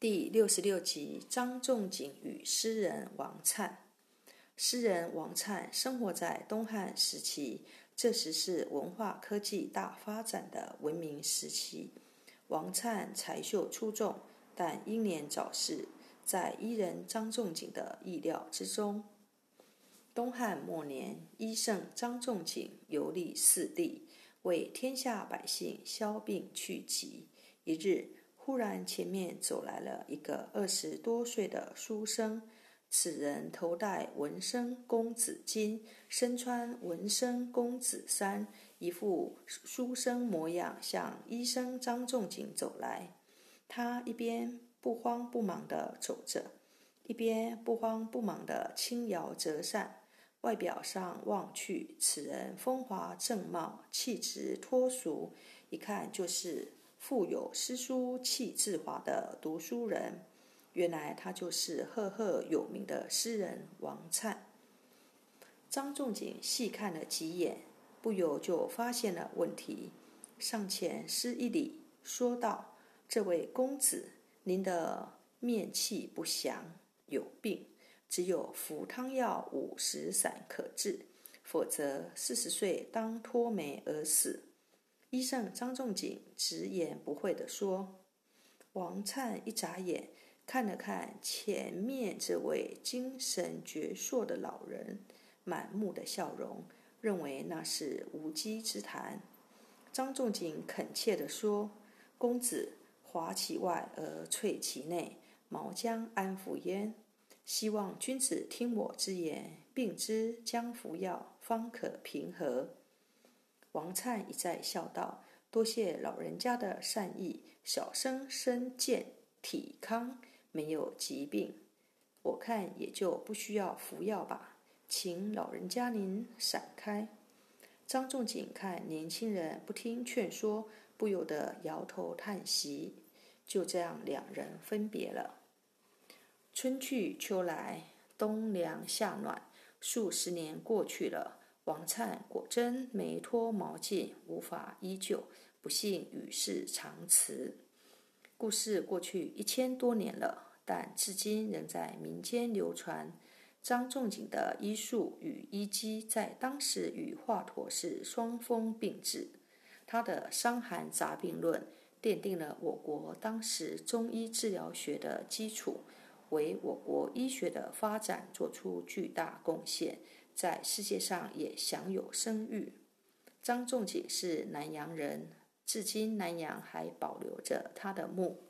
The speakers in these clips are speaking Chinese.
第66集张仲景与诗人王粲。诗人王粲生活在东汉时期，这时是文化科技大发展的文明时期。王粲才秀出众，但英年早逝，在伊人张仲景的意料之中。东汉末年，医圣张仲景游历四地，为天下百姓消病去疾。一日，忽然前面走来了一个20多岁的书生，此人头戴文生公子巾，身穿文生公子衫，一副书生模样，向医生张仲景走来。他一边不慌不忙地走着，一边不慌不忙地轻摇折扇。外表上望去，此人风华正茂，气质脱俗，一看就是富有诗书气质华的读书人。原来他就是赫赫有名的诗人王粲。张仲景细看了几眼，不由就发现了问题，上前施一礼，说道：“这位公子，您的面气不详，有病，只有服汤药50散可治，否则40岁当脱眉而死。”医圣张仲景直言不讳地说。王粲一眨眼，看了看前面这位精神矍铄的老人，满目的笑容，认为那是无稽之谈。张仲景恳切地说：“公子，华其外而粹其内，毛将安抚焉？希望君子听我之言，病之将服药，方可平和。”王粲一再笑道：“多谢老人家的善意，小生身健体康，没有疾病，我看也就不需要服药吧，请老人家您闪开。”张仲景看年轻人不听劝说，不由得摇头叹息。就这样，两人分别了。春去秋来，冬凉夏暖，数十年过去了，王粲果真眉脱毛尽，无法依旧，不幸与世长辞。故事过去1000多年了，但至今仍在民间流传。张仲景的医术与医机在当时与华佗是双峰并治。他的《伤寒杂病论》奠定了我国当时中医治疗学的基础，为我国医学的发展做出巨大贡献，在世界上也享有声誉。张仲景是南阳人，至今南阳还保留着他的墓。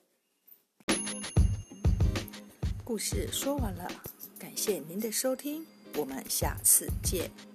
故事说完了，感谢您的收听，我们下次见。